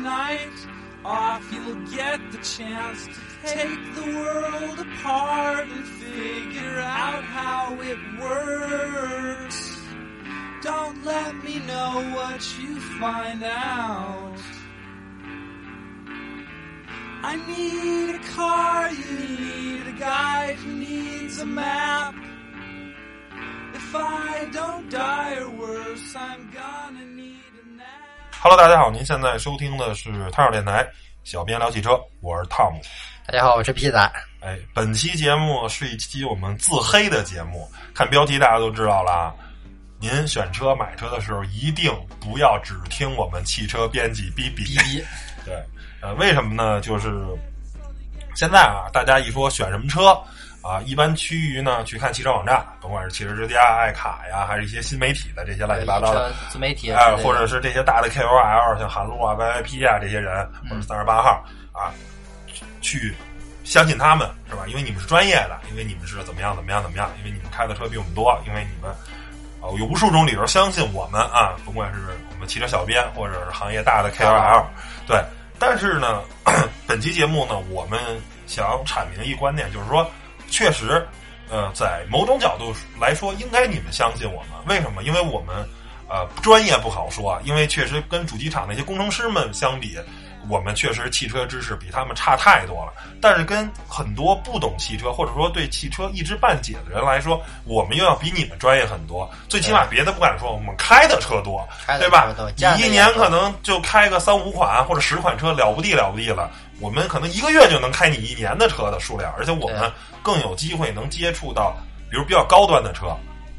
night off, you'll get the chance to take the world apart and figure out how it works. Don't let me know what you find out. I need a car, you need a guide, who needs a map. If I don't die or worse, I'm gonna need a nap. Hello， 大家好，您现在收听的是汤小电台，小编聊汽车，我是汤姆。 大家好，我是皮仔。 本期节目是一期我们自黑的节目，看标题大家都知道了啊。您选车买车的时候，一定不要只听我们汽车编辑逼逼。对，为什么呢？就是现在啊，大家一说选什么车啊，一般趋于呢去看汽车网站，甭管是汽车之家、爱卡呀，还是一些新媒体的这些乱七八糟的自媒体或者是这些大的 KOL， 像韩露啊、YYP 啊这些人，或者38号啊，去相信他们是吧？因为你们是专业的，因为你们是怎么样，因为你们开的车比我们多，因为你们有无数种理由相信我们啊，甭管是我们汽车小编或者是行业大的 KOL， 对。但是呢，本期节目呢，我们想阐明一观点，就是说，确实，在某种角度来说，应该你们相信我们。为什么？因为我们专业不好说，因为确实跟主机厂那些工程师们相比，我们确实汽车知识比他们差太多了。但是跟很多不懂汽车或者说对汽车一知半解的人来说，我们又要比你们专业很多。最起码别的不敢说，我们开的车多，对吧？你一年可能就开个3-5款或者10款车，了不地了。我们可能1个月就能开你1年的车的数量，而且我们更有机会能接触到，比如比较高端的车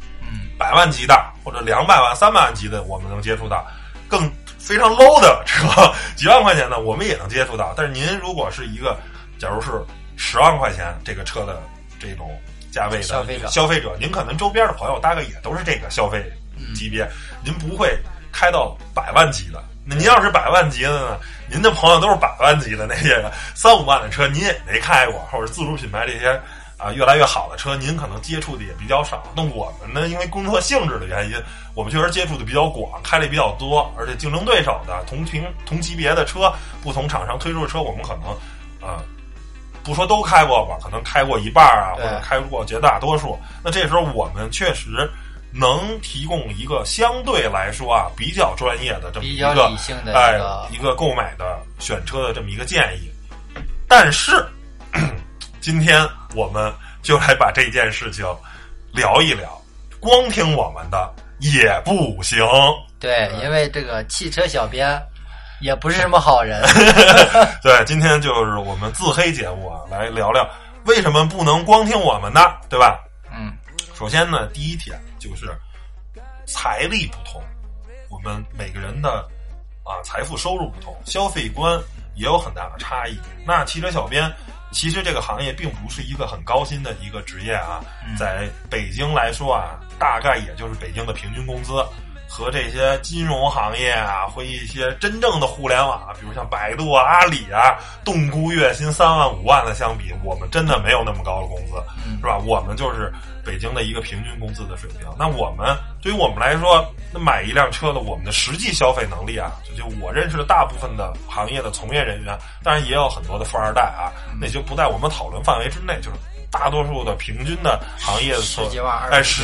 ，100万级的或者200万、300万级的，我们能接触到。更非常 low 的车，几万块钱的我们也能接触到。但是您如果是一个，假如是10万块钱这个车的这种价位的消费者，您可能周边的朋友大概也都是这个消费级别，您不会开到100万级的。那您要是100万级的呢，您的朋友都是100万级的那些3-5万的车，您也没开过，或者自主品牌这些越来越好的车，您可能接触的也比较少。那我们呢，因为工作性质的原因，我们确实接触的比较广，开的也比较多，而且竞争对手的同级别的车，不同厂商推出的车，我们可能不说都开过吧，可能开过一半啊，或者开过绝大多数。那这时候我们确实能提供一个相对来说比较专业的这么一个理性的一个购买的选车的这么一个建议。但是今天我们就来把这件事情聊一聊，光听我们的也不行。 对，因为这个汽车小编也不是什么好人。 对，今天就是我们自黑节目来聊聊为什么不能光听我们的，对吧？首先呢，第一点就是财力不同，我们每个人的财富收入不同，消费观也有很大的差异。那汽车小编其实这个行业并不是一个很高薪的一个职业啊，在北京来说大概也就是北京的平均工资，和这些金融行业和一些真正的互联网比如像百度阿里动估月薪3万5万的相比，我们真的没有那么高的工资，是吧？我们就是北京的一个平均工资的水平。那我们对于我们来说，那买一辆车的我们的实际消费能力就我认识的大部分的行业的从业人员，当然也有很多的富二代那就不在我们讨论范围之内，就是大多数的平均的行业的车 10几万、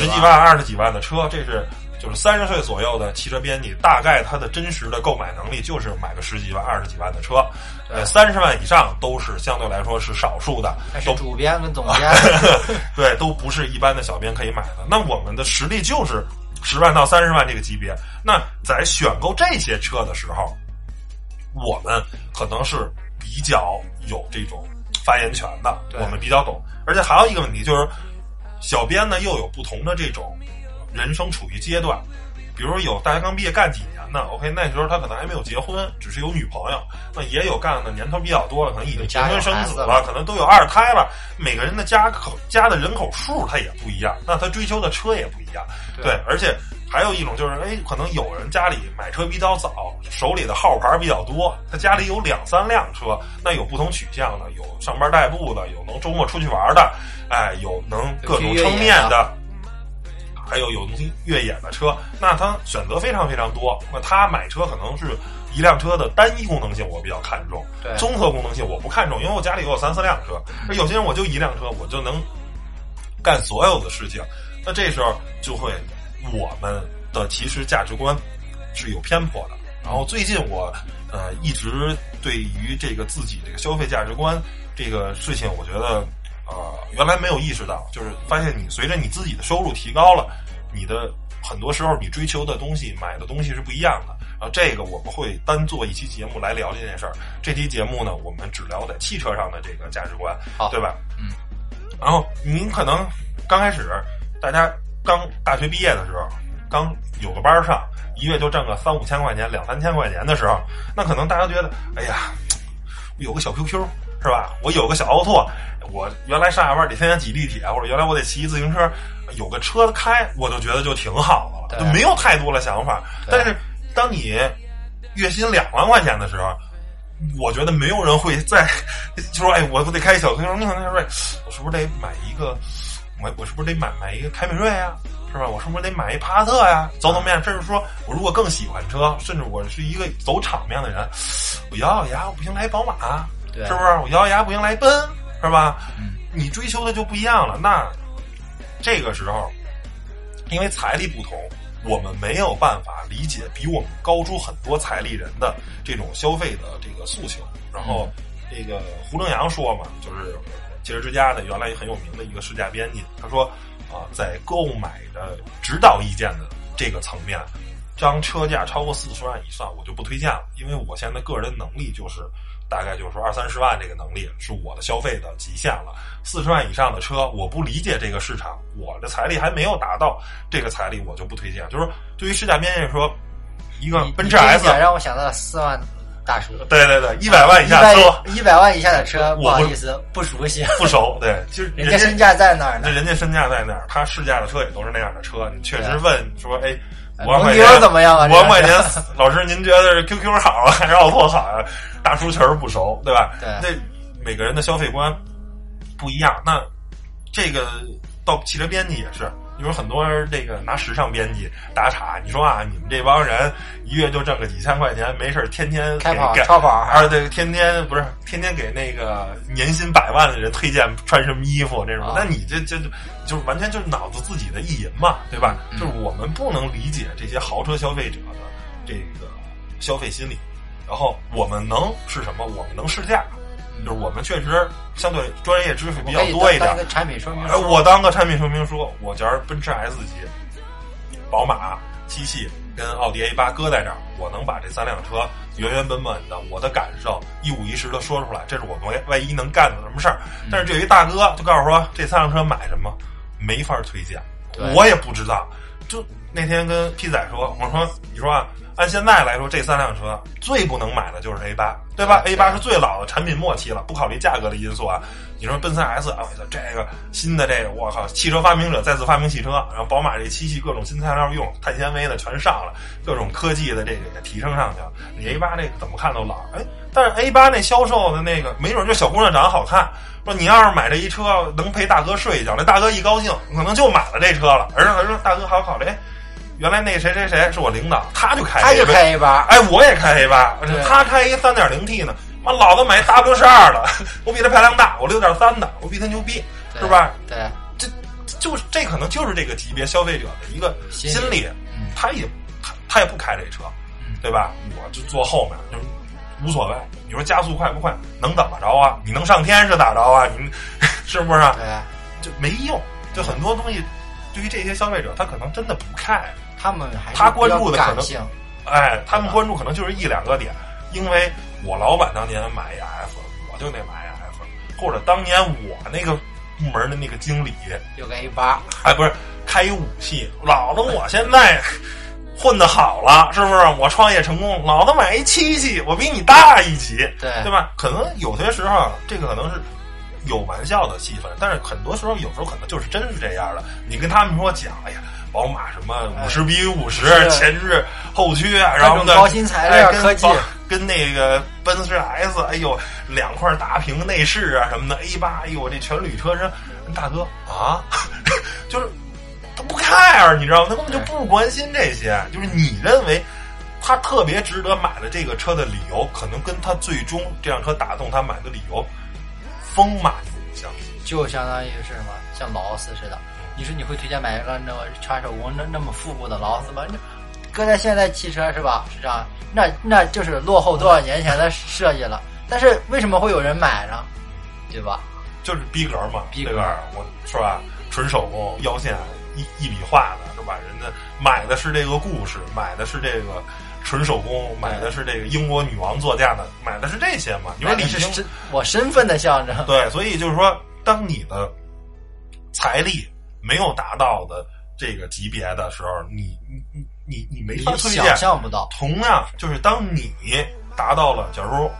20几万的车，这是就是30岁左右的汽车编辑，大概他的真实的购买能力就是买个10几万、20几万的车，30万以上都是相对来说是少数的， 都主编跟总编对，都不是一般的小编可以买的。那我们的实力就是10万到30万这个级别。那在选购这些车的时候，我们可能是比较有这种发言权的，我们比较懂。而且还有一个问题就是，小编呢又有不同的这种人生处于阶段，比如有大学刚毕业干几年的 OK， 那时候他可能还没有结婚，只是有女朋友。那也有干的年头比较多了，可能已经结婚生子了，可能都有2胎了。每个人的家的人口数他也不一样，那他追求的车也不一样。对，而且还有一种就是可能有人家里买车比较早，手里的号牌比较多，他家里有2-3辆车，那有不同取向的，有上班代步的，有能周末出去玩的，有能各种撑面的，还有能越野的车，那他选择非常非常多。那他买车可能是一辆车的单一功能性我比较看重， 对， 综合功能性我不看重，因为我家里有3、4辆车，而有些人我就一辆车，我就能干所有的事情。那这时候就会我们的其实价值观是有偏颇的。然后最近我一直对于这个自己这个消费价值观这个事情，我觉得原来没有意识到，就是发现你随着你自己的收入提高了，你的很多时候你追求的东西买的东西是不一样的。然后这个我们会单做一期节目来聊这件事儿。这期节目呢，我们只聊在汽车上的这个价值观，对吧？然后您可能刚开始大家刚大学毕业的时候，刚有个班上，一月就挣个3、5千块钱、2、3千块钱的时候，那可能大家觉得，哎呀，我有个小 QQ 是吧？我有个小奥拓，我原来上下班得天天挤地铁，或者原来我得骑自行车，有个车开，我就觉得就挺好的了，就没有太多的想法。但是当你月薪2万块钱的时候，我觉得没有人会再就说，哎，我得开小 QQ， 你可能说，我是不是得买一个？我是不是得买一个凯美瑞啊？是吧？我是不是得买一帕萨特呀？走面，甚至说我如果更喜欢车，甚至我是一个走场面的人，我咬咬牙，我不行来宝马，是不是？我咬咬牙不行来奔，是吧？你追求的就不一样了。那这个时候，因为财力不同，我们没有办法理解比我们高出很多财力人的这种消费的这个诉求。然后这个胡正阳说嘛，就是汽车之家的原来很有名的一个试驾编辑，他说在购买的指导意见的这个层面，当车价超过40万以上，我就不推荐了，因为我现在个人能力就是大概就是说20、30万这个能力是我的消费的极限了。40万以上的车，我不理解这个市场，我的财力还没有达到这个财力，我就不推荐。就是对于试驾编辑说，一个奔驰 S 让我想到了4万大叔， 对对对，100万以下车 ，100万以下的车，不好意思，不熟悉， 不熟。对，就是人家身价在那儿呢， 人家身价在那儿，他试驾的车也都是那样的车。你确实问说，哎，5万块钱怎么样啊 ？5万块钱，老师您觉得是 QQ 好啊，还是奥拓好啊？大叔确实不熟，对吧？ 对， 那每个人的消费观不一样。那这个到汽车编辑也是。因为很多这个拿时尚编辑打岔，你说啊，你们这帮人一月就挣个几千块钱，没事天天开跑超跑， 对，天天给那个年薪100万的人推荐穿什么衣服这种，那你这就是完全就是脑子自己的意淫嘛，对吧？就是我们不能理解这些豪车消费者的这个消费心理，然后我们能是什么？我们能试驾。就是我们确实相对专业知识比较多一点。 个产品说明书， 我当个产品说明书。我觉得奔驰 S 级、宝马7系跟奥迪 A8 搁在这儿，我能把这3辆车原原本本的我的感受一五一十的说出来，这是我们唯一能干的什么事儿。但是这有一大哥就告诉说这3辆车买什么，没法推荐，我也不知道。就那天跟 P 仔说，我说你说啊。按现在来说，这3辆车最不能买的就是 A8， 对吧 ？A8 是最老的产品末期了，不考虑价格的因素啊。你说奔驰 S， 这个新的这个，我靠，汽车发明者再次发明汽车，然后宝马这7系各种新材料用，碳纤维的全上了，各种科技的这个也提升上去了。你 A8 这个怎么看都老，但是 A8 那销售的那个，没准就小姑娘长得好看。说你要是买这一车，能陪大哥睡一觉，那大哥一高兴，可能就买了这车了。而且说大哥好考虑。原来那谁是我领导，他就开 A8， 哎，我也开 A8， 他开一 3.0T 呢，妈老子买 W12的，我比他排量大，我6.3的，我比他牛逼，是吧？ 对， 这可能就是这个级别消费者的一个心理，他也不开这车，对吧？我就坐后面，就无所谓。你说加速快不快，能怎么着啊？你能上天是咋着啊？你是不是？ 对， 就没用，就很多东西。对于这些消费者，他可能真的不看， 他关注的可能，他们对关注可能就是1、2个点，因为我老板当年买一 F， 我就得买一 F， 或者当年我那个部门的那个经理有个 A8， 不是开一5系，老子我现在混得好了，是不是？我创业成功，老子买一7系，我比你大一级，对吧？可能有些时候这个可能是。有玩笑的气氛，但是很多时候，有时候可能就是真是这样的。你跟他们说讲，哎呀，宝马什么50比50，前置后驱啊，然后高新材料科技， 跟那个奔驰 S， 哎呦，2块大屏内饰啊什么的 ，A8， 哎呦，这全铝车身，大哥啊，就是他不 care， 你知道吗？他根本就不关心这些，就是你认为他特别值得买的这个车的理由，可能跟他最终这辆车打动他买的理由风马牛不相及。 就相当于是什么，像劳斯似的。你说你会推荐买一个那个全手工那么复古的劳斯吗？搁在现在汽车是吧？是这样，那就是落后多少年前的设计了。但是为什么会有人买呢？对吧？ 就是逼格嘛， 逼格， 我是吧？纯手工腰线一笔画的是吧？人家买的是这个故事，买的是这个纯手工，买的是这个英国女王座驾的，买的是这些嘛？你说你是我身份的象征。 对，所以就是说，当你的财力没有达到的这个级别的时候，你没法推荐， 想象不到。 同样，就是当你达到了，假如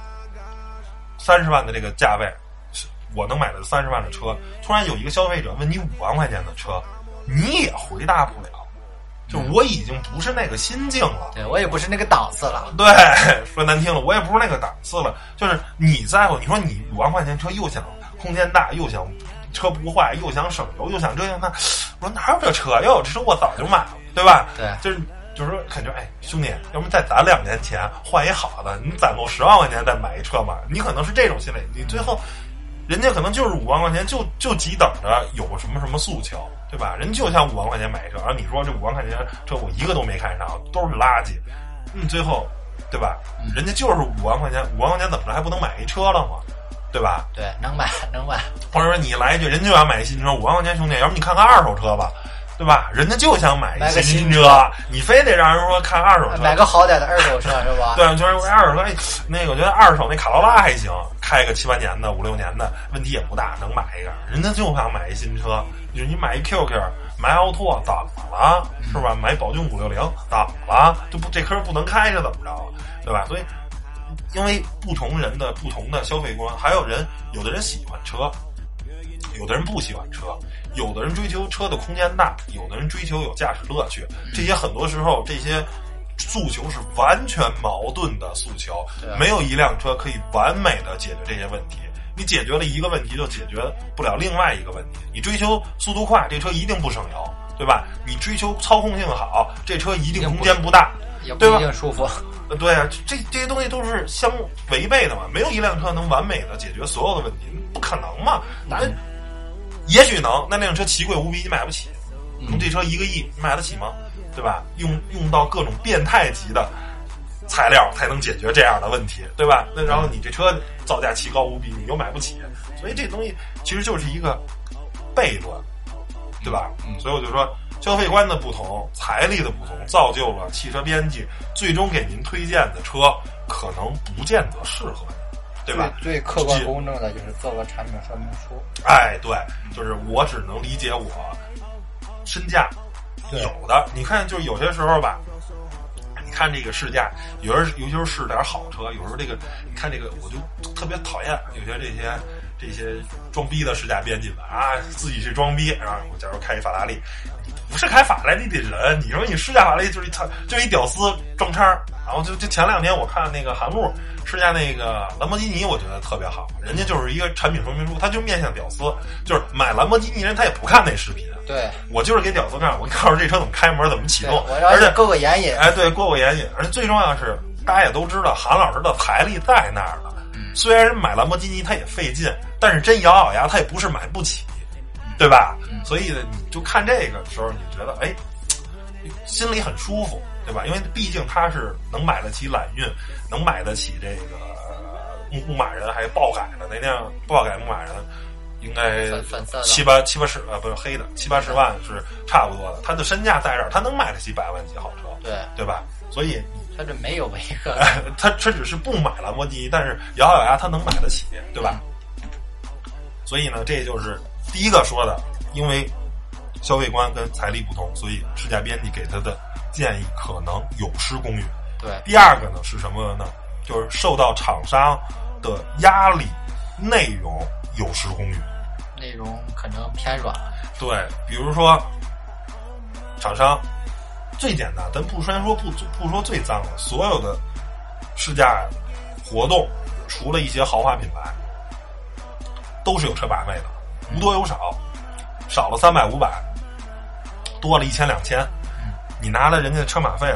30万的这个价位，我能买的30万的车，突然有一个消费者问你5万块钱的车，你也回答不了。就我已经不是那个心境了， 对，我也不是那个档次了。 对，说难听了，我也不是那个档次了。就是你在乎，你说你5万块钱车又想空间大，又想车不坏，又想省油，又想这样那，我说哪有这车？要有这车我早就买了，对吧？ 对， 就是说感觉，哎，兄弟，要不再攒2年钱换一好的，你攒够10万块钱再买一车嘛？你可能是这种心理，你最后人家可能就是5万块钱就急等着有什么什么诉求，对吧？人就想5万块钱买一车，而你说这5万块钱车我一个都没看上，都是垃圾，最后，对吧？人家就是5万块钱怎么着还不能买一车了吗？对吧？ 对，能买。 或者说你来一句，人就想买一新车，5万块钱兄弟，要不你看看二手车吧，对吧？人家就想买一新车，你非得让人说看二手车， 买个好点的二手车是吧？ 对，就是二手车，那个我觉得二手那卡罗拉还行，开个7、8年的、5、6年的，问题也不大，能买一个。人家就想买一新车，就是你买一 QQ， 买奥拓怎么了？是吧？买宝骏560怎么了？这车不能开是怎么着？对吧？所以。因为不同人的不同的消费观，还有有的人喜欢车，有的人不喜欢车，有的人追求车的空间大，有的人追求有驾驶乐趣，这些很多时候这些诉求是完全矛盾的诉求，没有一辆车可以完美的解决这些问题。你解决了一个问题，就解决不了另外一个问题。你追求速度快，这车一定不省油，对吧？你追求操控性好，这车一定空间不大， 也不一定舒服。 对啊，这些东西都是相违背的嘛，没有一辆车能完美的解决所有的问题，不可能嘛。也许能，那辆车奇贵无比，你买不起。这车1个亿，你买得起吗？对吧？用到各种变态级的材料才能解决这样的问题，对吧？那然后你这车造价奇高无比，你又买不起，所以这东西其实就是一个悖论，对吧？所以我就说。消费观的不同，财力的不同，造就了汽车编辑最终给您推荐的车可能不见得适合你，对吧？ 最客观公正的就是做个产品说明书。 哎，对，就是我只能理解我身价有的。你看，就是有些时候吧，你看这个试驾，尤其是试点好车，有时候这个你看这个，我就特别讨厌有些这些装逼的试驾编辑们啊，自己去装逼，然后我假如开一法拉利。不是开法拉利的人，你说你试驾法拉利就是一屌丝装叉，然后就前2天我看那个韩路试驾那个兰博基尼，我觉得特别好，人家就是一个产品说明书，他就面向屌丝，就是买兰博基尼人他也不看那视频， 对我就是给屌丝看，我告诉这车怎么开门怎么启动， 而且过个眼瘾， 哎，对，过个眼瘾，而且最重要的是，大家也都知道韩老师的财力在那儿了，虽然人买兰博基尼他也费劲，但是真咬牙他也不是买不起。对吧？所以呢，你就看这个时候，你觉得哎，心里很舒服，对吧？因为毕竟他是能买得起揽运，能买得起这个牧马人，还爆改的那辆爆改牧马人，应该七八十不是黑的70-80万是差不多的。他的身价在这儿，他能买得起100万级好车，对吧？所以他这没有一个， 他只是不买兰博基尼，但是咬牙他能买得起，对吧？所以呢，这就是第一个说的，因为消费观跟财力不同，所以试驾编辑给他的建议可能有失公允。 对， 第二个呢是什么呢？就是受到厂商的压力，内容有失公允， 内容可能偏软。 对，比如说厂商最简单，咱不说最脏的，所有的试驾活动，除了一些豪华品牌，都是有车把位的，无多有少，少了300-500，多了1000-2000，你拿了人家的车马费了，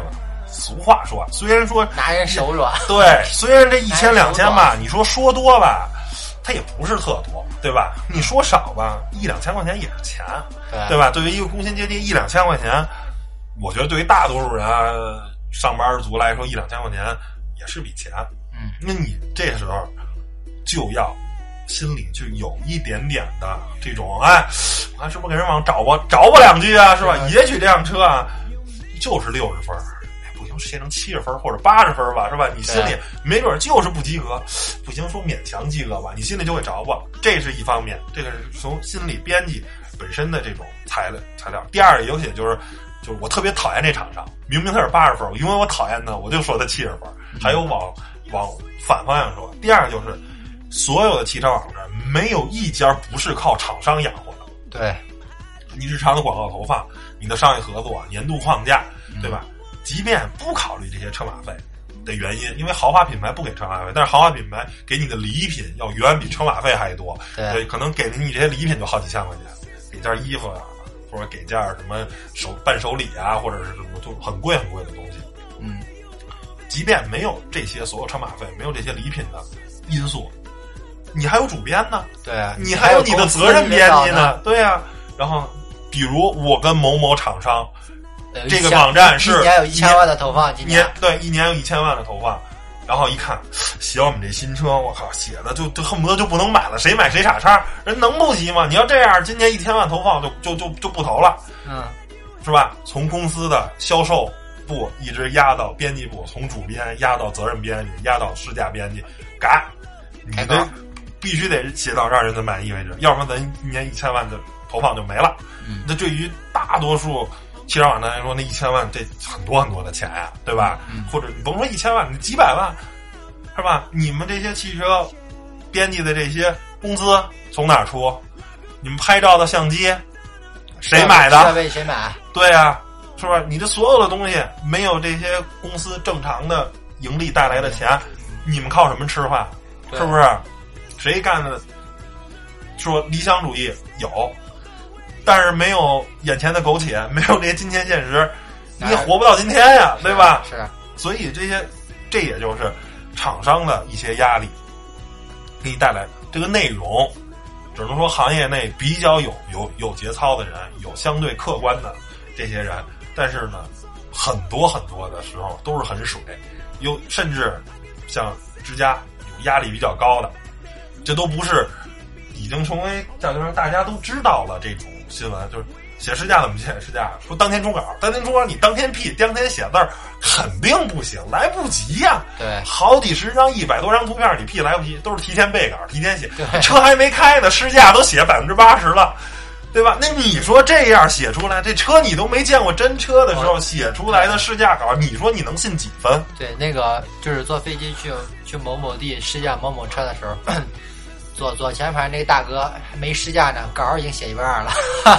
俗话说，虽然说拿人手软， 对，虽然这1000、2000吧，你说多吧，它也不是特多，对吧？你说少吧，1、2千块钱也是钱，对吧？对于一个工薪阶级，1、2千块钱，我觉得对于大多数人啊，上班族来说，1、2千块钱也是笔钱。那你这时候就要心里就有一点点的这种，哎，我看是不是给人往找吧2句啊，是吧？也许这辆车啊，就是60分。写成70分或者80分吧，是吧？你心里没准就是不及格，不行说勉强及格吧，你心里就会着吧。这是一方面，这个是从心理编辑本身的这种材料。第二个有些就是我特别讨厌这厂商，明明他是80分，因为我讨厌他，我就说他70分。还有往反方向说，第二个就是所有的汽车网站没有一家不是靠厂商养活的。 对， 你日常的广告投放，你的商业合作，年度框架，对吧？即便不考虑这些车马费的原因，因为豪华品牌不给车马费，但是豪华品牌给你的礼品要远比车马费还多，对，可能给你这些礼品就好几千块钱，给件衣服啊，或者给件什么伴手礼啊，或者是什么就很贵的东西。即便没有这些所有车马费，没有这些礼品的因素，你还有主编呢， 对啊， 你还有你的责任编辑呢，对啊。然后比如我跟某某厂商。这个网站是一年有1000万的投放，今年对1年有1000万的投放，然后一看写我们这新车，我靠，写的就恨不得就不能买了，谁买谁傻叉，人能不急吗？你要这样，今年1000万投放就不投了，是吧？从公司的销售部一直压到编辑部，从主编压到责任编辑，压到试驾编辑，改，你这必须得写到让人家满意为止，要不然咱一年1000万的投放就没了。那对于大多数汽车网站来说，那1000万这很多的钱呀，对吧？或者你甭说1000万，你几百万，是吧？你们这些汽车编辑的这些工资从哪儿出？你们拍照的相机谁买的？ 设备谁买？ 对啊，是吧？你这所有的东西没有这些公司正常的盈利带来的钱，你们靠什么吃饭？是不是？谁干的？说理想主义有。但是没有眼前的苟且，没有这些金钱现实，你也活不到今天呀，对吧？ 是， 所以这也就是厂商的一些压力，给你带来这个内容，只能说行业内比较有节操的人，有相对客观的这些人，但是呢，很多的时候都是很水，甚至像之家有压力比较高的，这都不是已经成为就是大家都知道了这种。新闻就是写试驾怎么写试驾，说当天初稿你当天批当天写字儿肯定不行，来不及呀。 对， 好几十张100多张图片你批来不及，都是提前备稿提前写，车还没开呢，试驾都写80%了，对吧？那你说这样写出来，这车你都没见过真车的时候写出来的试驾稿，你说你能信几分？ 对，那个就是坐飞机去某某地试驾某某车的时候。左前排那个大哥还没试驾呢，稿已经写1/2了，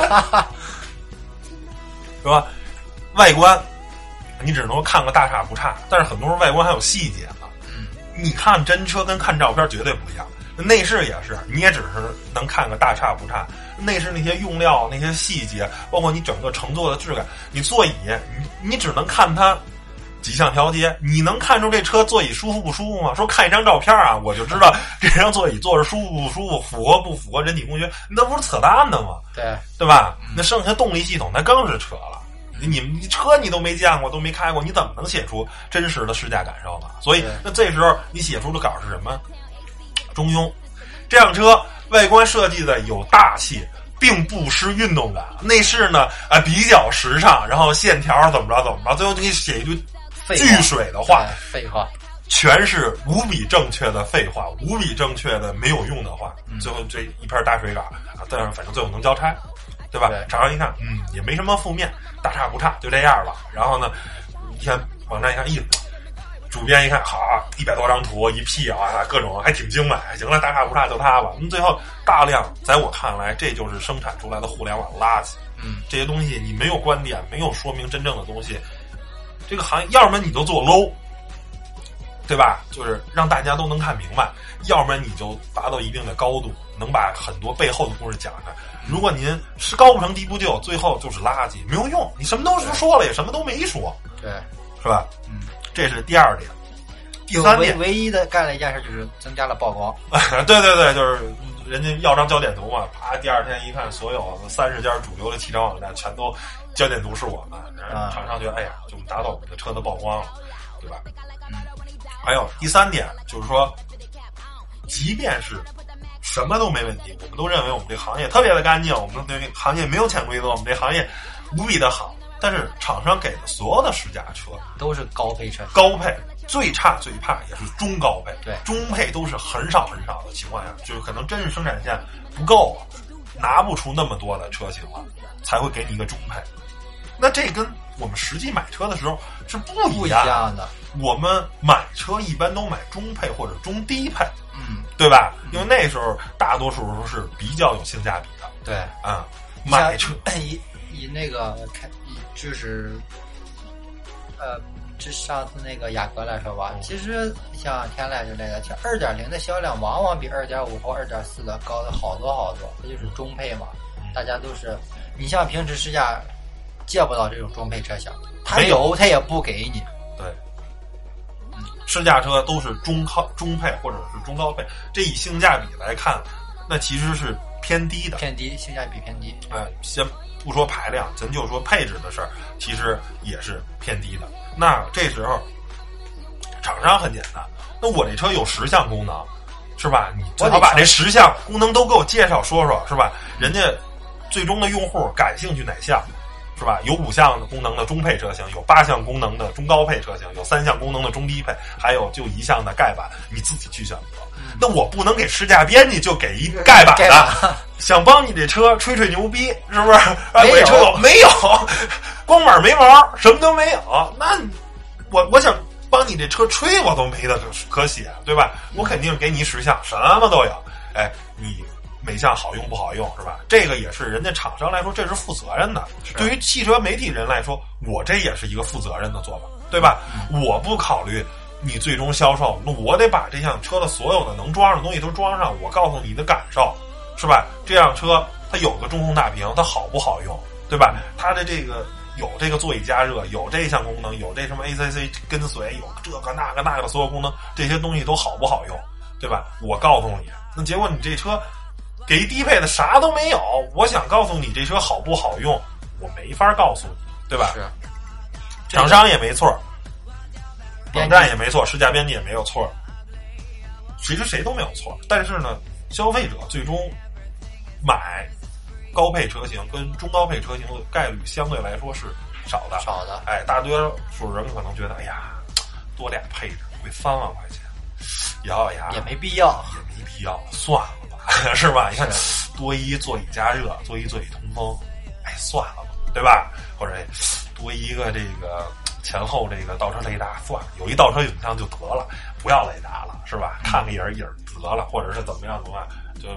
是吧？外观你只能说看个大差不差，但是很多人外观还有细节呢。你看真车跟看照片绝对不一样，内饰也是，你也只是能看个大差不差。内饰那些用料、那些细节，包括你整个乘坐的质感，你座椅你只能看它几项调节，你能看出这车座椅舒服不舒服吗？说看一张照片啊，我就知道这张座椅坐着舒服不舒服，符合不符合人体工学，那不是扯淡的吗？对吧？那剩下动力系统那更是扯了。你车你都没见过，都没开过，你怎么能写出真实的试驾感受呢？所以那这时候你写出的稿是什么？中庸。这辆车外观设计的有大气，并不失运动感。内饰呢比较时尚，然后线条怎么着，最后就给你写一堆巨水的话， 废话， 全是无比正确的废话，无比正确的没有用的话。最后这一篇大水稿但是反正最后能交差，对吧？厂商一看，也没什么负面，大差不差，就这样了。然后呢，一看网站一看，主编一看，好，100多张图一 P 各种还挺精美，行了，大差不差就它吧。最后大量，在我看来，这就是生产出来的互联网垃圾。这些东西你没有观点，没有说明真正的东西。这个行业，要不然你就做 low， 对吧？就是让大家都能看明白；要不然你就达到一定的高度，能把很多背后的故事讲开。如果您是高不成低不就，最后就是垃圾，没有用。你什么都说了，也什么都没说。 对， 是吧？这是第二点。第三点， 唯一的干了一件事就是增加了曝光。 对对对，就是人家要张焦点图嘛，啪，第二天一看，所有30家主流的汽车网站全都焦点图是我们，厂商觉得哎呀，就达到我们的车的曝光了，对吧？还有第三点就是说，即便是什么都没问题，我们都认为我们这行业特别的干净，我们对这行业没有潜规则，我们这行业无比的好。但是厂商给的所有的试驾车都是高配车， 高配最差也是中高配， 对， 中配都是很少的情况下，就是可能真是生产线不够了，拿不出那么多的车型了，才会给你一个中配。那这跟我们实际买车的时候是不一样的。我们买车一般都买中配或者中低配，对吧？因为那时候大多数时候是比较有性价比的。 对， 买车以那个就是就上次那个雅阁来说吧，其实像天籁之类的，其实 2.0 的销量往往比 2.5 或 2.4 的高的好多，这就是中配嘛。大家都是，你像平时试驾借不到这种中配车型，他有他也不给你。 对，试驾车都是中配或者是中高配，这以性价比来看，那其实是偏低的， 性价比偏低。 先不说排量，咱就说配置的事儿，其实也是偏低的。那这时候厂商很简单，那我这车有10项功能，是吧？你最好把这10项功能都给我介绍说，是吧？人家最终的用户感兴趣哪项，是吧？有5项功能的中配车型，有8项功能的中高配车型，有3项功能的中低配，还有就1项的盖板，你自己去选择。那我不能给试驾编辑就给一盖板的，想帮你这车吹吹牛逼，是不是？我车没有，光板没毛，什么都没有。那我想帮你这车吹，我都没得可写，对吧？我肯定给你10项，什么都有。哎，你每项好用不好用，是吧？这个也是人家厂商来说，这是负责任的。对于汽车媒体人来说，我这也是一个负责任的做法，对吧？我不考虑你最终销售，那我得把这辆车的所有的能装上的东西都装上，我告诉你的感受，是吧？这辆车它有个中控大屏，它好不好用，对吧？它的这个有这个座椅加热，有这项功能，有这什么 ACC 跟随，有这个那个的所有功能，这些东西都好不好用，对吧？我告诉你，那结果你这车给低配的啥都没有，我想告诉你这车好不好用，我没法告诉你，对吧？ 是， 厂商也没错，网站也没错，试驾编辑也没有错，其实谁都没有错。但是呢，消费者最终买高配车型跟中高配车型的概率相对来说是少的。哎，大多数人可能觉得，哎呀，多俩配置贵3万块钱，咬咬牙也没必要， 算了吧，是吧？你看，多一座椅加热，多一座椅通风，哎，算了吧，对吧？或者多一个这个前后这个倒车雷达，算了，有一倒车影像就得了，不要雷达了，是吧？看个影得了，或者是怎么样，就是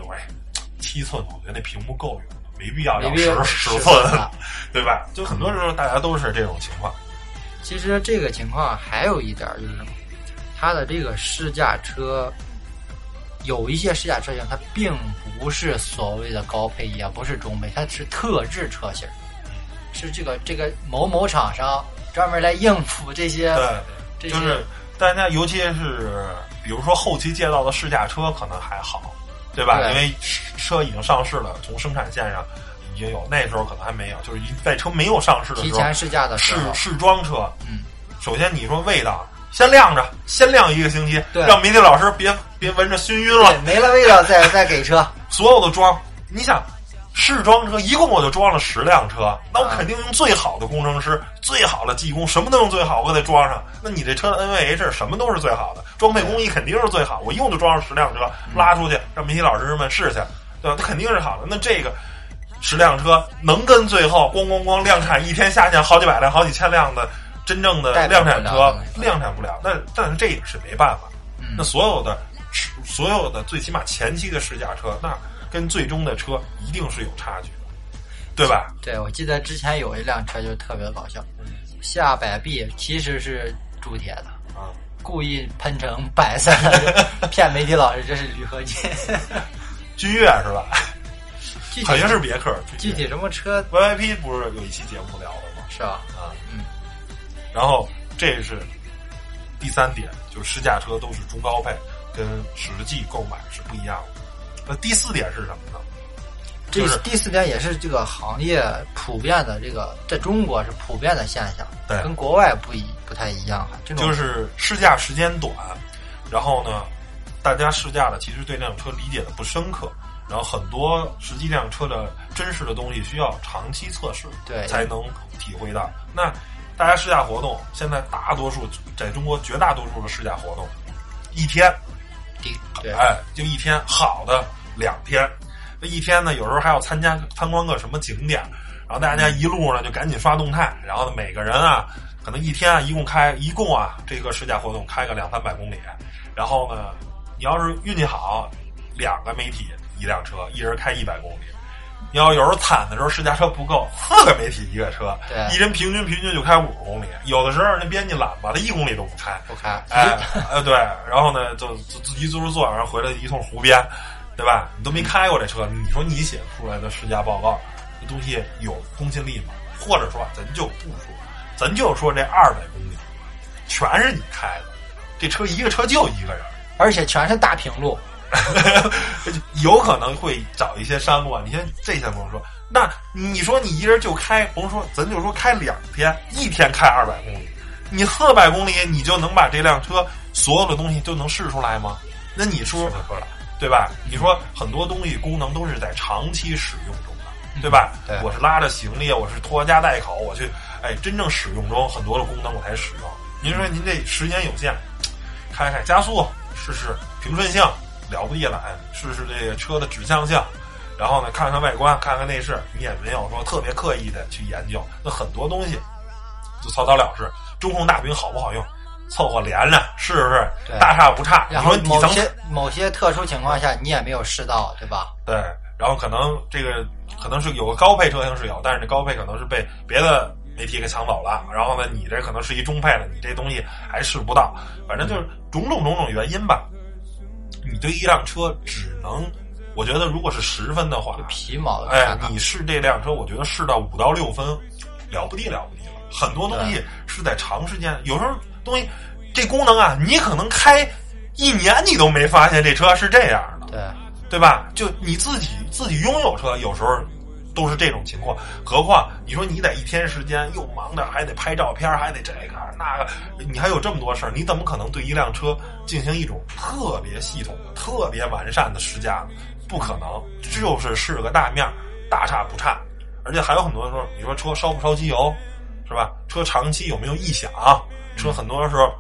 7寸，我觉得那屏幕够用，没必要10寸，对吧？就很多时候大家都是这种情况。 其实这个情况还有一点就是什么？它的这个试驾车，有一些试驾车型它并不是所谓的高配，也不是中配，它是特制车型，是这个某某厂商专门来应付这些。 对，就是大家尤其是比如说后期借到的试驾车可能还好，对吧？因为车已经上市了，从生产线上已经有，那时候可能还没有，就是在车没有上市的时候， 提前试驾的时候， 试装车。首先你说味道先晾着，先晾1个星期，让媒体老师别闻着熏晕了， 没了味道再给车。 所有的装，你想试装车一共我就装了10辆车，那我肯定用最好的工程师、最好的技工，什么都用最好，我得装上。那你这车的 NVH 什么都是最好的，装配工艺肯定是最好。我一共就装上10辆车，拉出去让媒体老师们试去，对吧？它肯定是好的。那这个10辆车能跟最后咣量产一天下线好几百辆、好几千辆的真正的量产车量产不了？但是这也是没办法。那所有的最起码前期的试驾车，那跟最终的车一定是有差距的，对吧？ 对，我记得之前有一辆车就特别搞笑，下摆臂其实是铸铁的，故意喷成白色的，骗媒体老师这是铝合金。 君越是吧？好像是别克。 具体什么车 ？VIP 不是有一期节目聊的吗？ 是吧？ 然后这是第3点，就是试驾车都是中高配，跟实际购买是不一样的。那第4点是什么呢？就是第4点也是这个行业普遍的，这个在中国是普遍的现象， 对， 跟国外不太一样。这种就是试驾时间短，然后呢，大家试驾的其实对这辆车理解的不深刻，然后很多实际这辆车的真实的东西需要长期测试， 对， 才能体会到。那大家试驾活动现在大多数在中国绝大多数的试驾活动1天， 对， 就1天，好的2天。这1天呢，有时候还要参观个什么景点，然后大家一路呢就赶紧刷动态，然后呢每个人啊，可能1天啊一共啊这个试驾活动开个200-300公里，然后呢，你要是运气好，2个媒体1辆车，一人开100公里。你要有时候惨的时候，试驾车不够，4个媒体1个车，一人平均就开50公里。有的时候那编辑懒吧，他1公里都不开，对，然后呢就自己就是坐，然后回来一通胡编，对吧？你都没开过这车，你说你写出来的试驾报告，这东西有公信力吗？或者说咱就不说，咱就说这200公里全是你开的，这车一个车就1个人， 而且全是大平路。 有可能会找一些山路啊，你先这些甭说，那你说你一人就开，甭说，咱就说开2天，1天开200公里，你400公里你就能把这辆车所有的东西都能试出来吗？那你说对吧？你说很多东西功能都是在长期使用中的，对吧？ 对， 我是拉着行李，我是拖家带口，我去真正使用中很多的功能我才使用。您说您这时间有限，开加速，试试平顺性。了不地了，试试这个车的指向性，然后呢，看看外观，看看内饰，你也没有说特别刻意的去研究，那很多东西就草草了事。中控大屏好不好用，凑合连着试试，大差不差。 然后某些特殊情况下你也没有试到，对吧？ 对，然后可能是有个高配车型是有，但是这高配可能是被别的媒体给抢走了，然后呢，你这可能是一中配的，你这东西还试不到，反正就是种种原因吧。你对一辆车只能，我觉得如果是10分的话， 皮毛的你试这辆车，我觉得试到5到6分，了不地了。很多东西是在长时间，有时候东西这功能啊，你可能开1年你都没发现这车是这样的，对吧？就你自己拥有车，有时候都是这种情况，何况你说你得1天时间又忙着，还得拍照片，还得这个那个，你还有这么多事儿，你怎么可能对一辆车进行一种特别系统的、特别完善的试驾呢？不可能，就是试个大面，大差不差。而且还有很多时候，你说车烧不烧机油，是吧？车长期有没有异响？车很多时候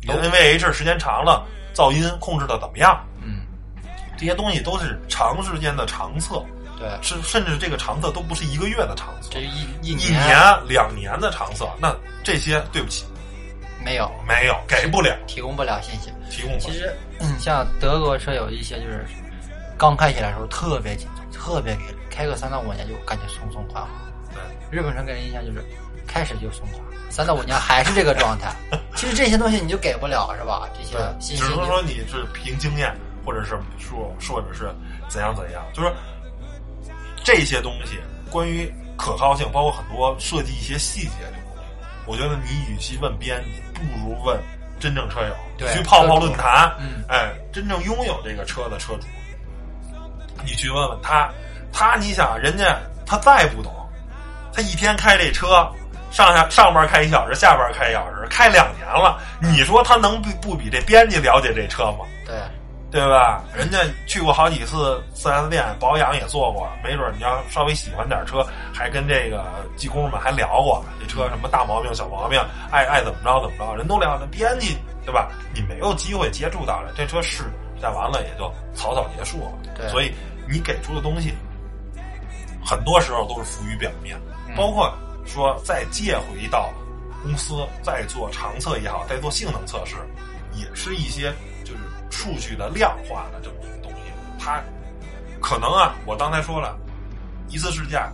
NVH 时间长了，噪音控制的怎么样？这些东西都是长时间的长测。 对， 甚至这个长测都不是1个月的长测， 这一年、2年的长测，那这些对不起， 没有， 给不了， 提供不了信息。其实， 像德国车有一些就是刚开起来的时候特别紧张，特别给力，开个3到5年就感觉松松垮垮。 对， 日本车给人印象就是开始就松垮，3到5年还是这个状态。其实这些东西你就给不了，是吧？这些信息只能说你是凭经验，或者是说者是怎样，就是说。这些东西关于可靠性，包括很多设计一些细节的东西，我觉得你与其问编辑，不如问真正车友，去泡论坛，真正拥有这个车的车主，你去问问他，你想人家他再不懂，他1天开这车，上班开1小时，下班开1小时，开2年了，你说他能不比这编辑了解这车吗？对吧？人家去过好几次 4S 店，保养也做过，没准你要稍微喜欢点车，还跟这个技工们还聊过这车什么大毛病、小毛病，爱怎么着，人都聊。那编辑对吧？你没有机会接触到了，这车试驾完了也就草草结束了。所以你给出的东西，很多时候都是浮于表面，包括说再借回到公司，再做长测也好，再做性能测试，也是一些。数据的量化的这么一个东西，它可能我刚才说了，一次试驾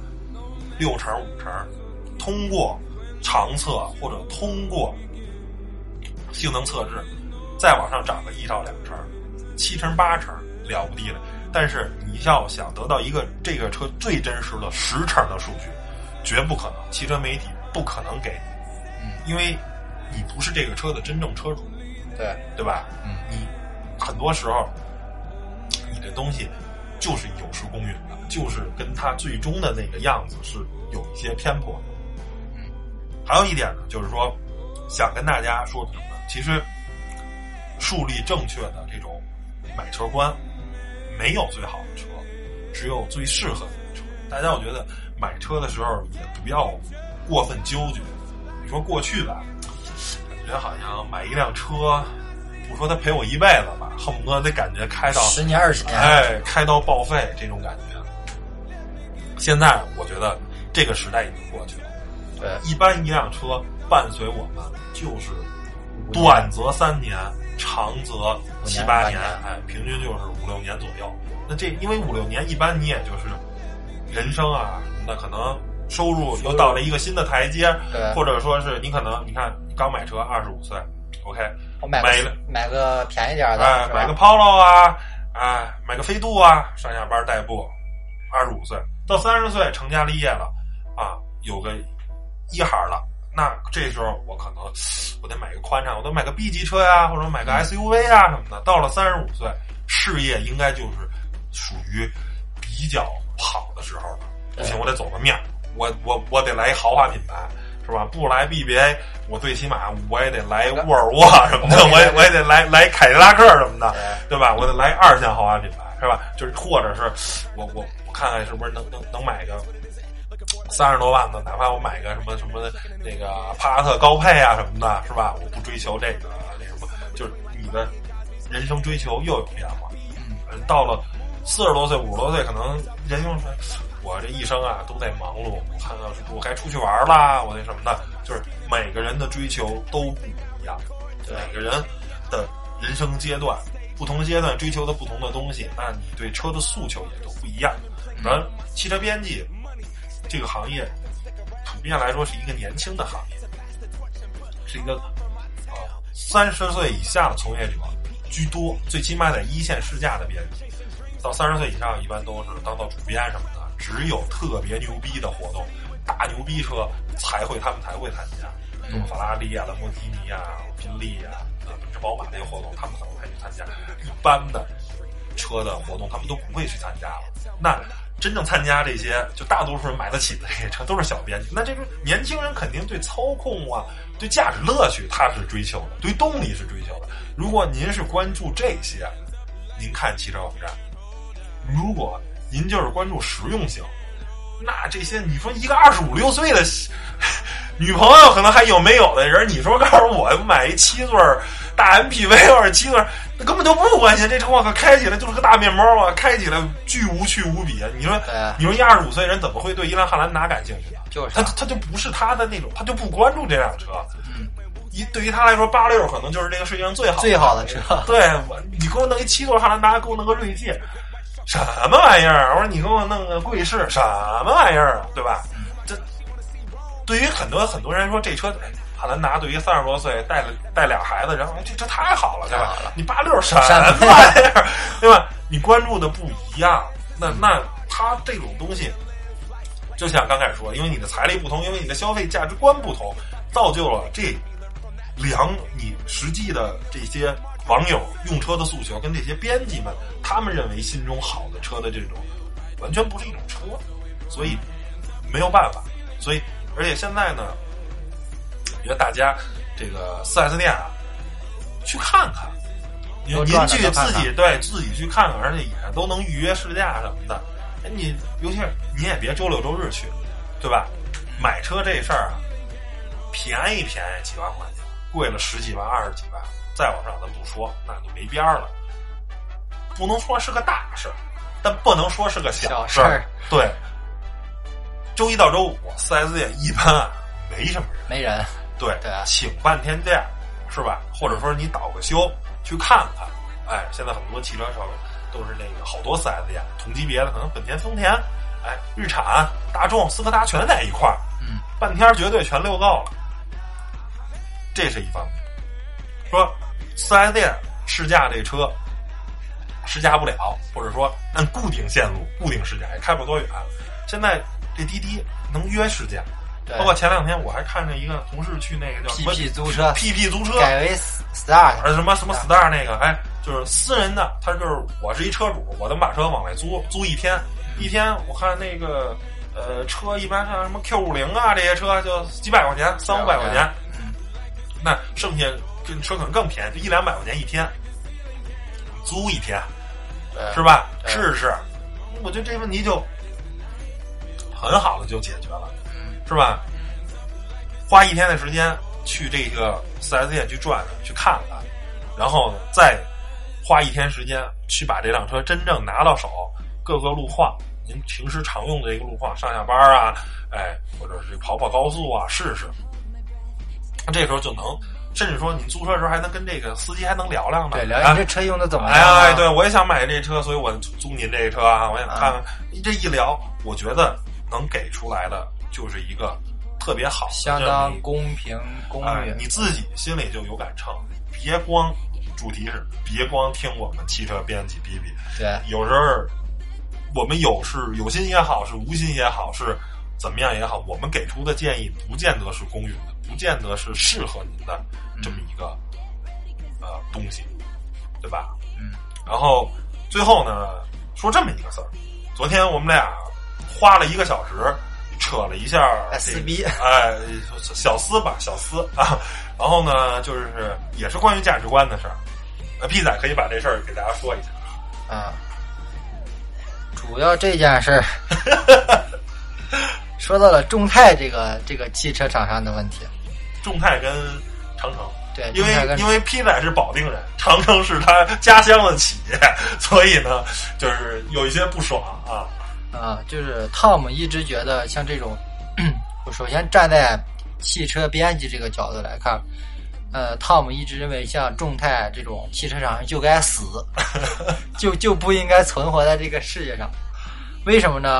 6成5成，通过长测或者通过性能测试，再往上涨个1到2成，7成8成了不地了。但是你要想得到一个这个车最真实的10成的数据，绝不可能，汽车媒体不可能给你，因为你不是这个车的真正车主，对吧？你很多时候你这东西就是有失公允的，就是跟它最终的那个样子是有一些偏颇的。还有一点呢，就是说想跟大家说什么，其实树立正确的这种买车观，没有最好的车，只有最适合你的车。大家我觉得买车的时候也不要过分纠结。你说过去吧，感觉好像买一辆车，不说他陪我一辈子吧，恨不得得感觉开到 10年20年， 哎，开到报废这种感觉。现在我觉得这个时代已经过去了。 对， 一般一辆车伴随我们就是短则3年，长则7、8年，哎，平均就是5、6年左右。那这因为5、6年，一般你也就是人生啊，那可能收入又到了一个新的台阶，或者说是你可能你看你刚买车25岁 ，OK， 我买个便宜点的， 哎，买个 Polo 啊，哎，买个飞度啊，上下班代步，25岁到30岁成家立业了啊，有个1孩了。那这时候我可能我得买个宽敞，我得买个 B 级车呀，或者买个 SUV 啊什么的。到了35岁，事业应该就是属于比较好的时候了。不行，我得走个面，我得来一豪华品牌，是吧？不来 BBA， 我最起码我也得来沃尔沃什么的，我也得来凯迪拉克什么的，对吧？我得来2项豪华品牌，是吧？就是或者是我看看是不是能买个30多万的，哪怕我买个什么那个帕萨特高配啊什么的，是吧？我不追求这个那什么，就是你的人生追求又有变化。到了40多岁、50多岁，可能人又说，我这一生啊都在忙碌，我看到我该出去玩啦，我那什么的，就是每个人的追求都不一样，每个人的人生阶段，不同阶段追求的不同的东西，那你对车的诉求也都不一样。而汽车编辑这个行业普遍来说是一个年轻的行业，是一个30岁以下的从业者居多，最起码在一线试驾的编辑。到30岁以上一般都是当到主编什么的，只有特别牛逼的活动，大牛逼车他们才会参加。什么法拉利啊、兰博基尼啊、宾利啊、奔驰、宝马这些活动，他们可能会去参加。一般的车的活动，他们都不会去参加了。那真正参加这些，就大多数人买得起的这些车都是小编辑。那这个年轻人肯定对操控啊、对驾驶乐趣他是追求的，对动力是追求的。如果您是关注这些，您看汽车网站；如果您就是关注实用性，那这些你说一个25、26岁的女朋友可能还有没有的人，你说告诉我买一7座大 MPV 或者7座，那根本就不关心。这车我可开起来就是个大面包啊，开起来巨无趣无比。你说一25岁人怎么会对一辆汉兰达感兴趣呢？就是他就不是他的那种，他就不关注这辆车。对于他来说，86可能就是这个世界上最好的车。对，你给我弄一7座汉兰达，给我弄个锐界，什么玩意儿？我说你给我弄个贵士，什么玩意儿？对吧？这对于很多人说，这车汉兰达对于30多岁带俩孩子，然后这太好了，对吧？你86什么玩意儿？对吧？你关注的不一样，那他这种东西，就像刚开始说，因为你的财力不同，因为你的消费价值观不同，造就了你实际的这些网友用车的诉求，跟这些编辑们他们认为心中好的车的这种，完全不是一种车，所以没有办法。所以而且现在呢，我觉得大家这个 4S 店啊，去看看，您去自己去看看，而且也都能预约试驾什么的。你尤其是你也别周六周日去，对吧？买车这事儿啊，便宜几万块钱，贵了10几万、20几万，再往上咱不说，那就没边儿了。不能说是个大事，但不能说是个小事儿。对，周一到周五 4S 店一般啊没什么人， 没人。 对啊，请半天假是吧？或者说你倒个休去看看。哎，现在很多汽车厂都是那个好多 4S 店，同级别的可能本田、丰田，哎，日产、大众、斯柯达全在一块儿，半天绝对全溜够了。这是一方面。说 4S 店试驾这车试驾不了，或者说按固定线路、固定试驾也开不多远。现在这滴滴能约试驾， 包括前2天我还看着一个同事去那个叫什么 PP 租车 PP 租车改为 Star， 什么 Star 那个，哎，就是私人的，他就是我是一车主，我能把车往外租一天，一天我看那个车一般像什么 Q50啊这些车就几百块钱，300-500块钱，那剩下跟车可能更便宜，就100-200块钱一天，租一天，是吧？试试，我觉得这问题就很好的就解决了，是吧？花1天的时间去这个 4S 店去转转去看看，然后再花1天时间去把这辆车真正拿到手，各个路况您平时常用的这个路况，上下班啊，哎，或者是跑高速啊，试试。这时候就能，甚至说你租车的时候还能跟这个司机还能聊聊呢。 对，聊你这车用的怎么样？ 哎，对，我也想买这车，所以我租您这车啊，我想看看。你这一聊，我觉得能给出来的就是一个特别好的， 相当公平公允， 你自己心里就有杆秤，别光主题是别光听我们汽车编辑比比。 对， 有时候我们是有心也好，是无心也好，是怎么样也好，我们给出的建议不见得是公允的，不见得是适合您的这么一个东西，对吧？然后最后呢，说这么一个事儿，昨天我们俩花了1个小时扯了一下 SB， 小思啊，然后呢，就是也是关于价值观的事儿。P 仔可以把这事儿给大家说一下啊。主要这件事儿说到了众泰这个汽车厂商的问题， 众泰跟长城。 对， 因为 P 仔是保定人，长城是他家乡的企业，所以呢，就是有一些不爽啊。 就是 Tom 一直觉得像这种，我首先站在汽车编辑这个角度来看，Tom 一直认为像众泰这种汽车厂商就该死，就不应该存活在这个世界上。为什么呢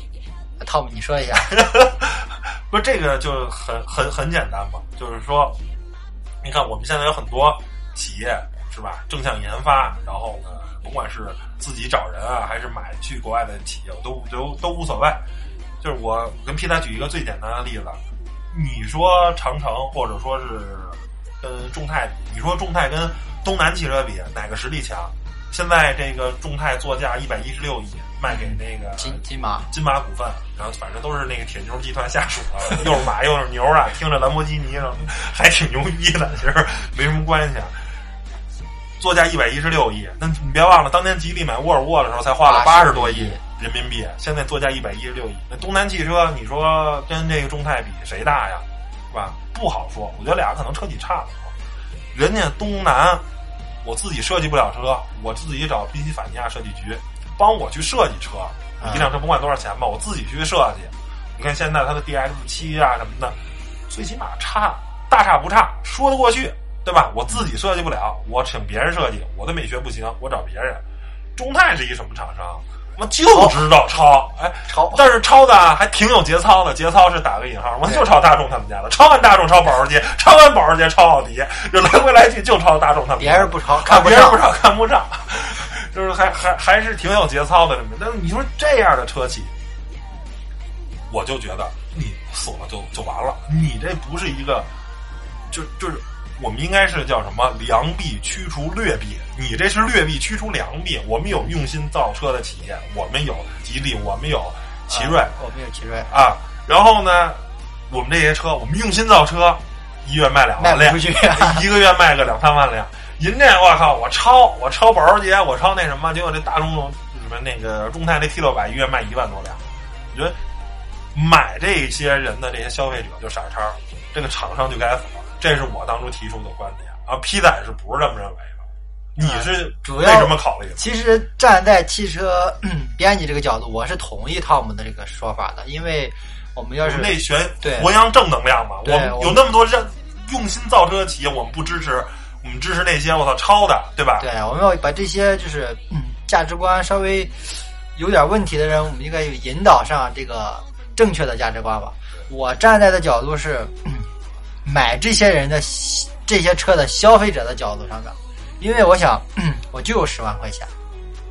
？Tom 你说一下。 不是这个就很简单嘛，就是说，你看我们现在有很多企业是吧，正向研发，然后呢，甭管是自己找人啊，还是买去国外的企业，都无所谓。就是我跟 P 仔举一个最简单的例子，你说长城或者说是跟众泰，你说众泰跟东南汽车比，哪个实力强？现在这个众泰作价116亿，卖给那个金马股份，然后反正都是那个铁牛集团下属的，又是马又是牛啊，听着兰博基尼还挺牛逼的，其实没什么关系啊。作价116亿，那你别忘了，当年吉利买沃尔沃的时候才花了80多亿人民币，现在作价116亿。那东南汽车，你说跟这个众泰比，谁大呀？是吧？不好说，我觉得俩可能车企差不多。人家东南，我自己设计不了车，我自己找宾夕法尼亚设计局帮我去设计车，一辆车甭管多少钱吧，我自己去设计。你看现在它的 DX7 啊什么的，最起码大差不差，说得过去，对吧？我自己设计不了，我请别人设计，我的美学不行，我找别人。众泰是一什么厂商？我就知道抄，但是抄的还挺有节操的，节操是打个引号，我就抄大众他们家的，抄完大众抄保时捷，抄完保时捷抄奥迪，就来回来去就抄大众他们家的， 别人不抄看不上， 别人不抄看不上，就是还是挺有节操的。但是你说这样的车企，我就觉得你死了就完了，你这不是一个，就是我们应该是叫什么良币驱除劣币，你这是劣币驱除良币。我们有用心造车的企业，我们有吉利，我们有奇瑞， 我们有奇瑞啊。然后呢，我们这些车，我们用心造车，一月卖2万辆，一个月卖个2-3万辆。人家我靠，我抄保时捷，我抄那什么，结果这大众什么那个众泰那 T600一月卖1万多辆。我觉得买这些人的这些消费者就傻叉，这个厂商就该死了。这是我当初提出的观点啊。P 仔是不是这么认为的？你是为什么考虑的？ 其实站在汽车编辑这个角度，我是同意Tom的这个说法的，因为我们要是内旋弘扬正能量嘛，我们有那么多用心造车的企业，我们不支持，我们支持那些我操抄的，对吧？ 对，我们要把这些就是价值观稍微有点问题的人，我们应该引导上这个正确的价值观吧。我站在的角度是买这些人的这些车的消费者的角度上的，因为我想我就有10万块钱，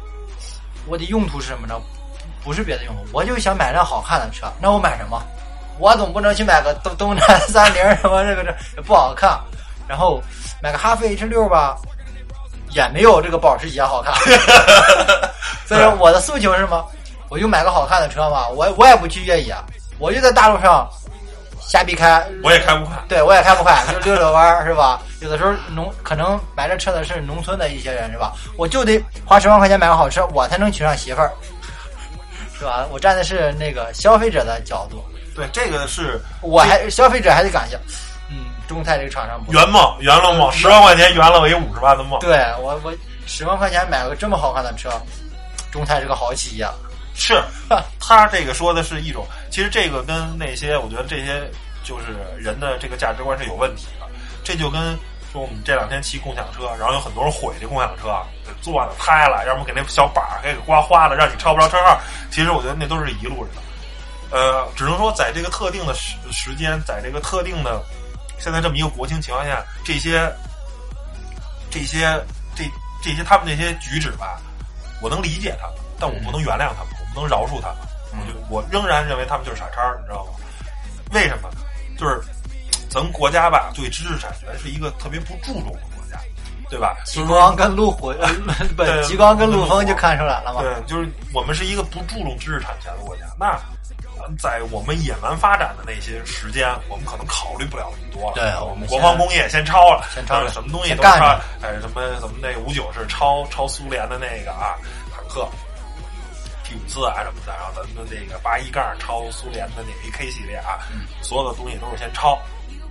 我的用途是什么呢？不是别的用途，我就想买辆好看的车，那我买什么？ 我总不能去买个东南30什么这个也不好看，然后买个哈弗 H6 吧，也没有这个保时捷好看。所以说我的诉求是什么？我就买个好看的车嘛，我也不去越野，我就在大路上瞎逼开， 我也开不快， 对我也开不快，就溜溜弯是吧？有的时候可能买这车的是农村的一些人是吧？我就得花10万块钱买个好车，我才能娶上媳妇儿，是吧？我站的是那个消费者的角度。 对，这个是消费者还得感谢，中泰这个厂商不圆梦，10万块钱圆了我一50万的梦。 对我10万块钱买了个这么好看的车，中泰是个好企业。 是，他这个说的是一种，其实这个跟那些，我觉得这些就是人的这个价值观是有问题的。这就跟说我们这2天骑共享车，然后有很多人毁这共享车，给坐了拍了，要么给那小板给刮花了，让你抄不着车号。其实我觉得那都是一路人的。只能说在这个特定的时间，在这个特定的现在这么一个国情情况下，这些他们那些举止吧，我能理解他们，但我不能原谅他们，我不能饶恕他们。我仍然认为他们就是傻叉，你知道吗？为什么？就是咱们国家吧，对知识产权是一个特别不注重的国家，对吧？ 极光跟陆虎，极光跟陆风就看出来了嘛。 对，就是我们是一个不注重知识产权的国家。那在我们野蛮发展的那些时间，我们可能考虑不了那么多了。 对， 我们国防工业先抄了，什么东西都抄，什么那个59是抄苏联的那个坦克。T54什么的，然后咱们这个81杠抄苏联的那个 AK 系列所有的东西都是先抄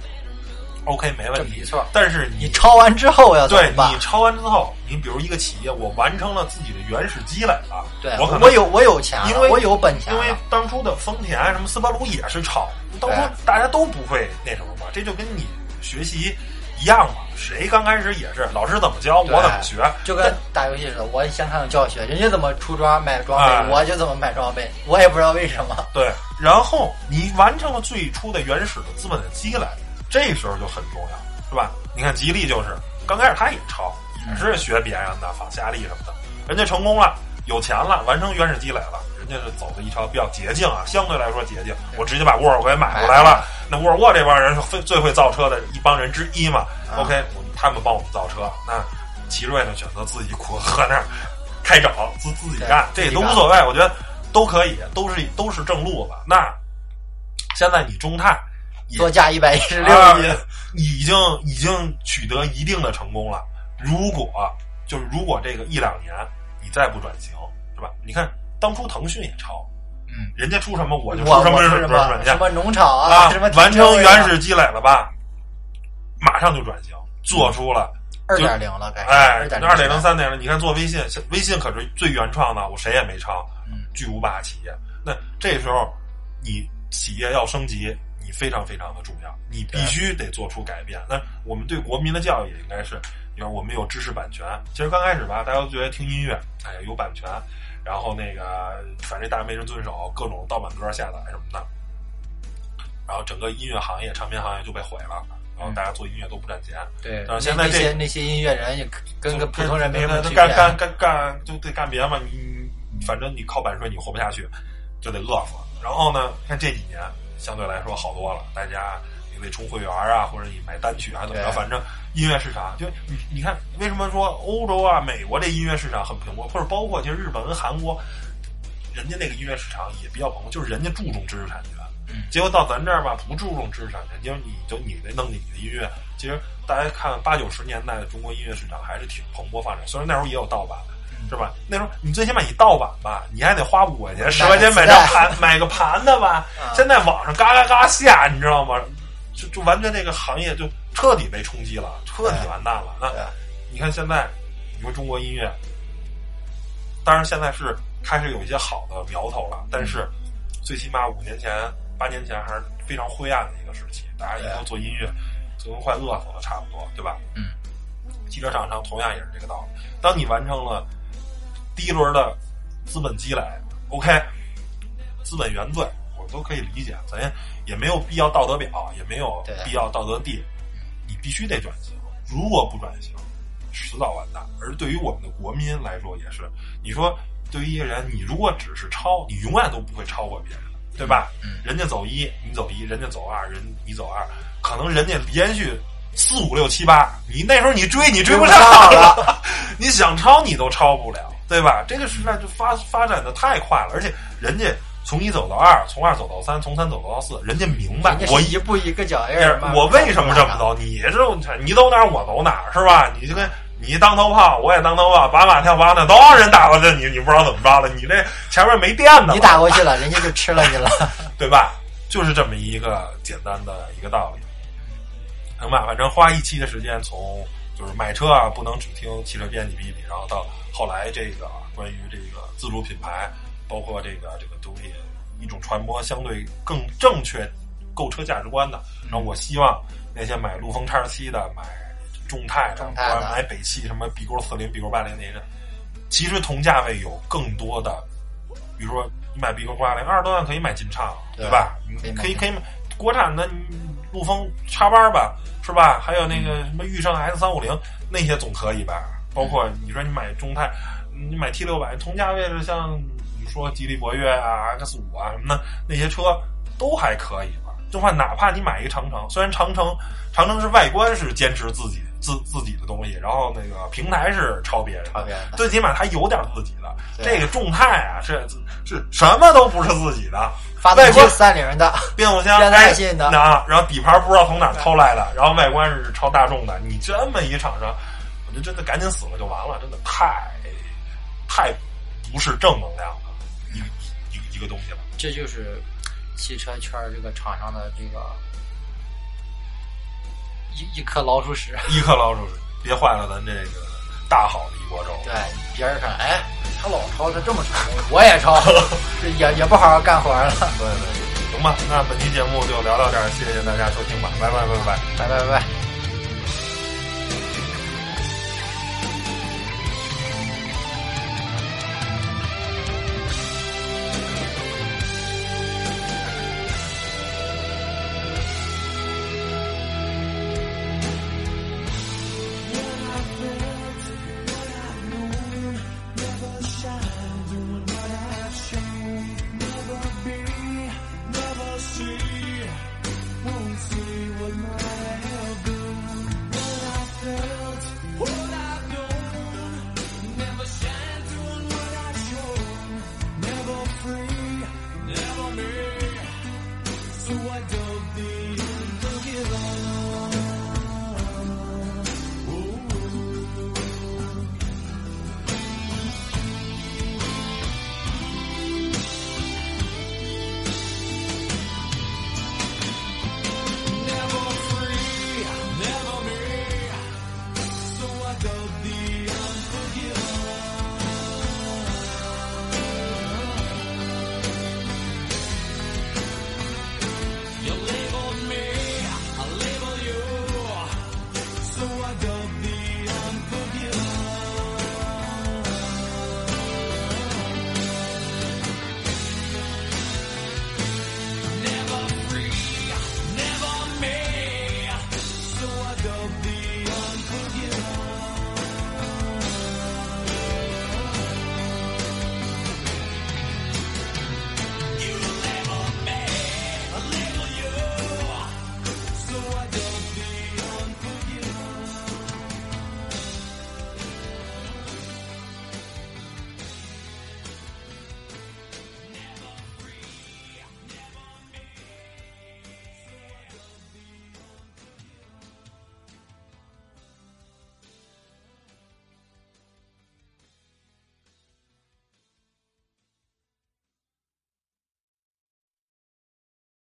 ，OK 没问题。 没错， 但是你抄完之后要怎么办？ 对，你抄完之后，你比如一个企业，我完成了自己的原始积累了， 对， 我有钱， 因为我有本钱， 因为当初的丰田什么斯巴鲁也是抄，当初大家都不会那什么嘛，这就跟你学习一样嘛，谁刚开始也是老师怎么教我怎么学， 就跟打游戏似的，我先看教学，人家怎么出装买装备，我就怎么买装备，我也不知道为什么。 对，然后你完成了最初的原始的资本的积累，这时候就很重要，是吧？你看吉利就是刚开始他也抄，也是学别人的仿夏利什么的，人家成功了，有钱了，完成原始积累了，人家是走的一条比较捷径相对来说捷径，我直接把沃尔沃给买过来了。那沃尔沃这帮人是最会造车的一帮人之一嘛？OK，他们帮我们造车，那奇瑞呢选择自己和那儿开找自己干，这也都无所谓，我觉得都可以，都是正路子。那现在你中泰作价116亿， 已经取得一定的成功了。如果这个1-2年你再不转型，是吧？你看当初腾讯也抄。人家出什么我就出什么软件， 什么农场什么完成原始积累了吧，马上就转型，做出了 2.0了，该 2.0、3.0。你看做微信可是最原创的，我谁也没抄，巨无霸企业。那这时候你企业要升级，你非常非常的重要，你必须得做出改变。那我们对国民的教育也应该是，比如我们有知识版权。其实刚开始吧，大家都觉得听音乐，有版权。然后那个，反正大家没人遵守，各种盗版歌下载什么的，然后整个音乐行业、唱片行业就被毁了。然后大家做音乐都不赚钱。 对， 然后现在那些音乐人也跟个普通人没什么区别。 干就得干别嘛，你反正你靠版税你活不下去，就得饿死。然后呢，看这几年相对来说好多了，大家你得充会员或者你买单曲怎么着，反正音乐市场就你看为什么说欧洲美国这音乐市场很蓬勃，或者包括其实日本跟韩国，人家那个音乐市场也比较蓬勃，就是人家注重知识产权。结果到咱这儿吧，不注重知识产权，结果你得弄你的音乐。其实大家看80、90年代的中国音乐市场还是挺蓬勃发展，虽然那时候也有盗版，是吧？那时候你最起码你盗版吧，你还得花5块钱、10块钱买个盘的吧。现在网上嘎嘎嘎下，你知道吗？就完全这个行业就彻底被冲击了，彻底完蛋了。那你看现在，你说中国音乐，当然现在是开始有一些好的苗头了，但是最起码5年前、8年前还是非常灰暗的一个时期。大家以后做音乐，就跟快饿死了差不多，对吧？汽车厂商同样也是这个道理。当你完成了第一轮的资本积累 ，OK， 资本原罪我都可以理解，咱也没有必要道德表，也没有必要道德地，你必须得转型。如果不转型，迟早完蛋。而对于我们的国民来说也是，你说对于一个人，你如果只是抄，你永远都不会超过别人的。 对吧？人家走1，你走1，人家走2，你走2，可能人家连续4、5、6、7、8，你那时候你追不上了，你想超你都超不了，对吧？这个时代就发展的太快了，而且人家从1走到2，从2走到3，从3走到4，人家明白我一步一个脚印， 我为什么这么走？你走哪儿我走哪儿，是吧？你就跟你当头炮，我也当头炮，把马跳把那都让人打过去，你不知道怎么着了，你这前面没电呢， 你打过去了，人家就吃了你了， 对吧？就是这么一个简单的一个道理。行吧，反正花1期的时间，从就是买车啊不能只听汽车编辑比比，然后到后来这个关于这个自主品牌，包括这个东西一种传播相对更正确购车价值观的。然后我希望那些买陆风X7的、买众泰的、买北汽什么 B 勾40、B 勾80那些人，其实同价位有更多的，比如说你买 B 勾80，20多万可以买金畅，对吧？可以买国产的陆风X8吧，是吧？还有那个什么驭胜 S350那些总可以吧？包括你说你买众泰，你买 T600，同价位的像你说吉利博越啊、X5啊什么的那些车都还可以吧？就话哪怕你买一个长城，虽然长城是外观是坚持自己的东西，然后那个平台是抄别人的，最起码它有点自己的。这个众泰啊，是什么都不是自己的。 发动机30的， 变速箱爱信的， 然后底盘不知道从哪偷来的，然后外观是超大众的。你这么一厂商，我就真的赶紧死了就完了，真的太不是正能量的一个东西了。 这就是汽车圈这个厂商的这个一颗老鼠屎， 别坏了咱这个大好的一锅粥。 对，别人看，哎，他老超，他这么超，我也超，也不好好干活了。 对，行吧，那本期节目就聊到这儿，谢谢大家收听吧，拜拜。